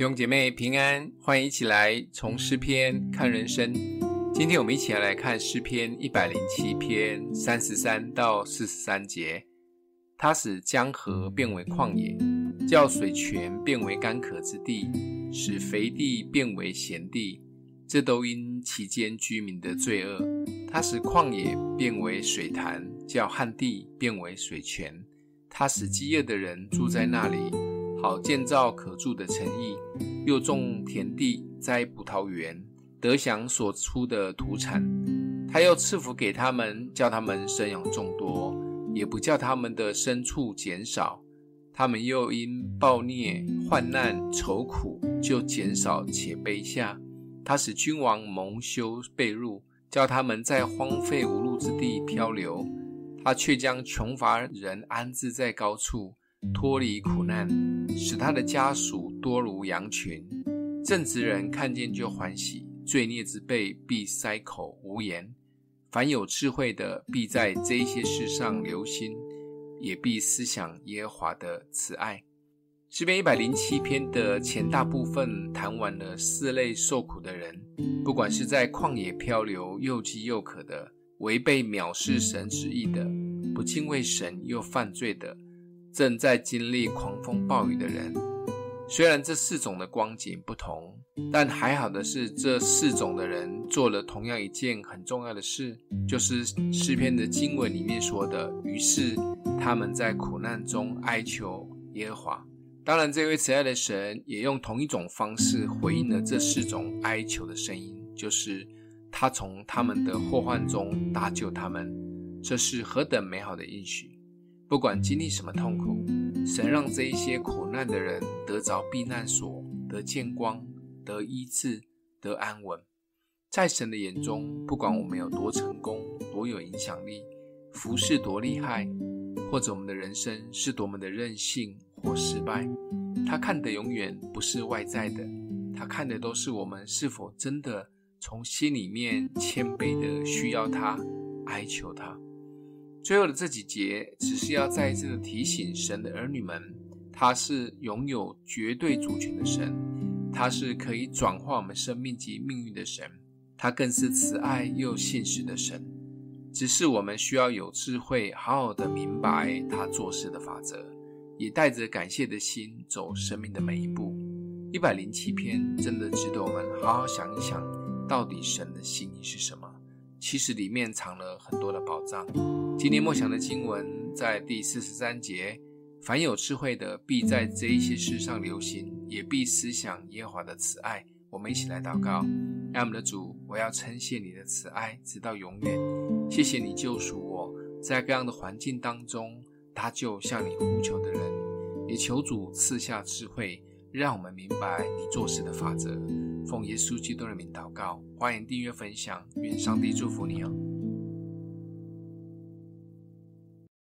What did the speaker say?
弟兄姐妹平安，欢迎一起来从诗篇看人生。今天我们一起来看诗篇107篇33到43节。他使江河变为旷野，叫水泉变为干涸之地，使肥地变为咸地，这都因其间居民的罪恶。他使旷野变为水潭，叫旱地变为水泉。他使饥饿的人住在那里，好建造可住的城邑，又种田地，栽葡萄园，得享所出的土产。他又赐福给他们，叫他们生养众多，也不叫他们的牲畜减少。他们又因暴虐、患难、愁苦，就减少且卑下。他使君王蒙羞被辱，叫他们在荒废无路之地漂流。他却将穷乏人安置在高处，脱离苦难，使他的家属多如羊群。正直人看见就欢喜，罪孽之辈必塞口无言。凡有智慧的必在这一些事上留心，也必思想耶和华的慈爱。诗篇107篇的前大部分谈完了四类受苦的人，不管是在旷野漂流又饥又渴的，违背藐视神旨意的，不敬畏神又犯罪的，正在经历狂风暴雨的人。虽然这四种的光景不同，但还好的是这四种的人做了同样一件很重要的事，就是诗篇的经文里面说的，于是他们在苦难中哀求耶和华。当然这位慈爱的神也用同一种方式回应了这四种哀求的声音，就是他从他们的祸患中搭救他们。这是何等美好的应许！不管经历什么痛苦，神让这一些苦难的人得着避难所，得见光，得医治，得安稳。在神的眼中，不管我们有多成功，多有影响力，服事多厉害，或者我们的人生是多么的任性或失败，他看的永远不是外在的，他看的都是我们是否真的从心里面谦卑的需要他，哀求他。最后的这几节只是要再一次的提醒神的儿女们，他是拥有绝对主权的神，他是可以转化我们生命及命运的神，他更是慈爱又信实的神。只是我们需要有智慧，好好的明白他做事的法则，也带着感谢的心走生命的每一步。107篇真的值得我们好好想一想，到底神的心意是什么？其实里面藏了很多的宝藏。今天默想的经文在第43节，凡有智慧的必在这一些事上留心，也必思想耶和华的慈爱。我们一起来祷告。爱我们的主，我要称谢你的慈爱直到永远。谢谢你救赎我，在各样的环境当中搭救向你呼求的人，也求主赐下智慧，让我们明白你做事的法则。奉耶稣基督的名祷告，欢迎订阅分享，愿上帝祝福你哦。